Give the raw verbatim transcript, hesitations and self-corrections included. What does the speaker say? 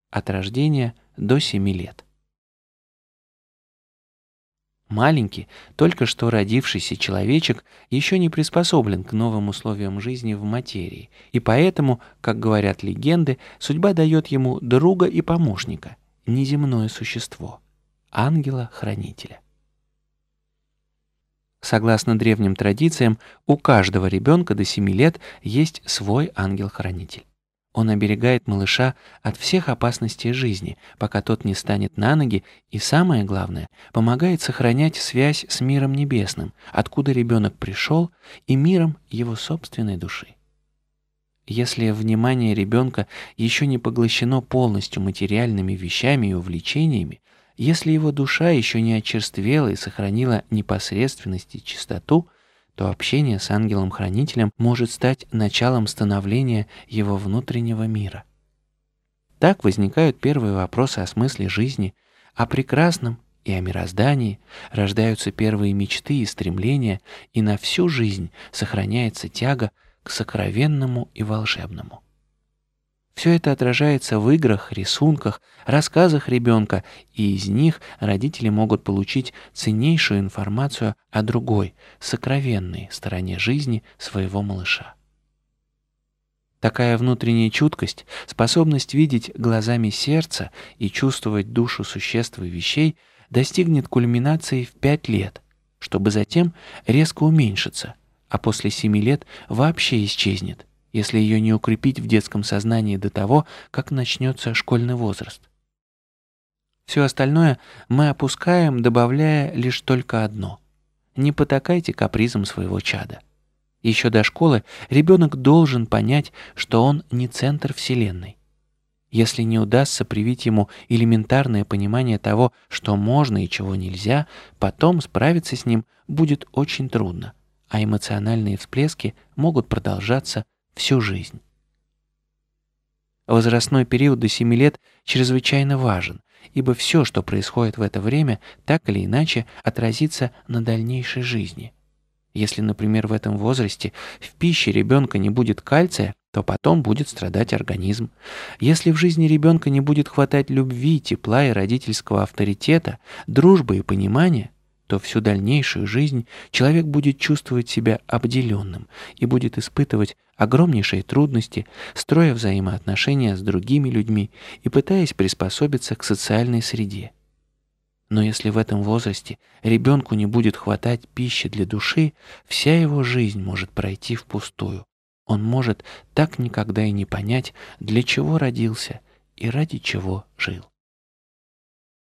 от рождения до семи лет. Маленький, только что родившийся человечек еще не приспособлен к новым условиям жизни в материи, и поэтому, как говорят легенды, судьба дает ему друга и помощника, неземное существо, ангела-хранителя. Согласно древним традициям, у каждого ребенка до семи лет есть свой ангел-хранитель. Он оберегает малыша от всех опасностей жизни, пока тот не станет на ноги, и самое главное, помогает сохранять связь с миром небесным, откуда ребенок пришел, и миром его собственной души. Если внимание ребенка еще не поглощено полностью материальными вещами и увлечениями, если его душа еще не очерствела и сохранила непосредственность и чистоту, то общение с ангелом-хранителем может стать началом становления его внутреннего мира. Так возникают первые вопросы о смысле жизни, о прекрасном и о мироздании, рождаются первые мечты и стремления, и на всю жизнь сохраняется тяга к сокровенному и волшебному. Все это отражается в играх, рисунках, рассказах ребенка, и из них родители могут получить ценнейшую информацию о другой, сокровенной стороне жизни своего малыша. Такая внутренняя чуткость, способность видеть глазами сердца и чувствовать душу существ и вещей достигнет кульминации в пять лет, чтобы затем резко уменьшиться, а после семи лет вообще исчезнет, если ее не укрепить в детском сознании до того, как начнется школьный возраст. Все остальное мы опускаем, добавляя лишь только одно: не потакайте капризам своего чада. Еще до школы ребенок должен понять, что он не центр Вселенной. Если не удастся привить ему элементарное понимание того, что можно и чего нельзя, потом справиться с ним будет очень трудно, а эмоциональные всплески могут продолжаться всю жизнь. Возрастной период до семи лет чрезвычайно важен, ибо все, что происходит в это время, так или иначе отразится на дальнейшей жизни. Если, например, в этом возрасте в пище ребенка не будет кальция, то потом будет страдать организм. Если в жизни ребенка не будет хватать любви, тепла и родительского авторитета, дружбы и понимания, то всю дальнейшую жизнь человек будет чувствовать себя обделенным и будет испытывать огромнейшие трудности, строя взаимоотношения с другими людьми и пытаясь приспособиться к социальной среде. Но если в этом возрасте ребенку не будет хватать пищи для души, вся его жизнь может пройти впустую. Он может так никогда и не понять, для чего родился и ради чего жил.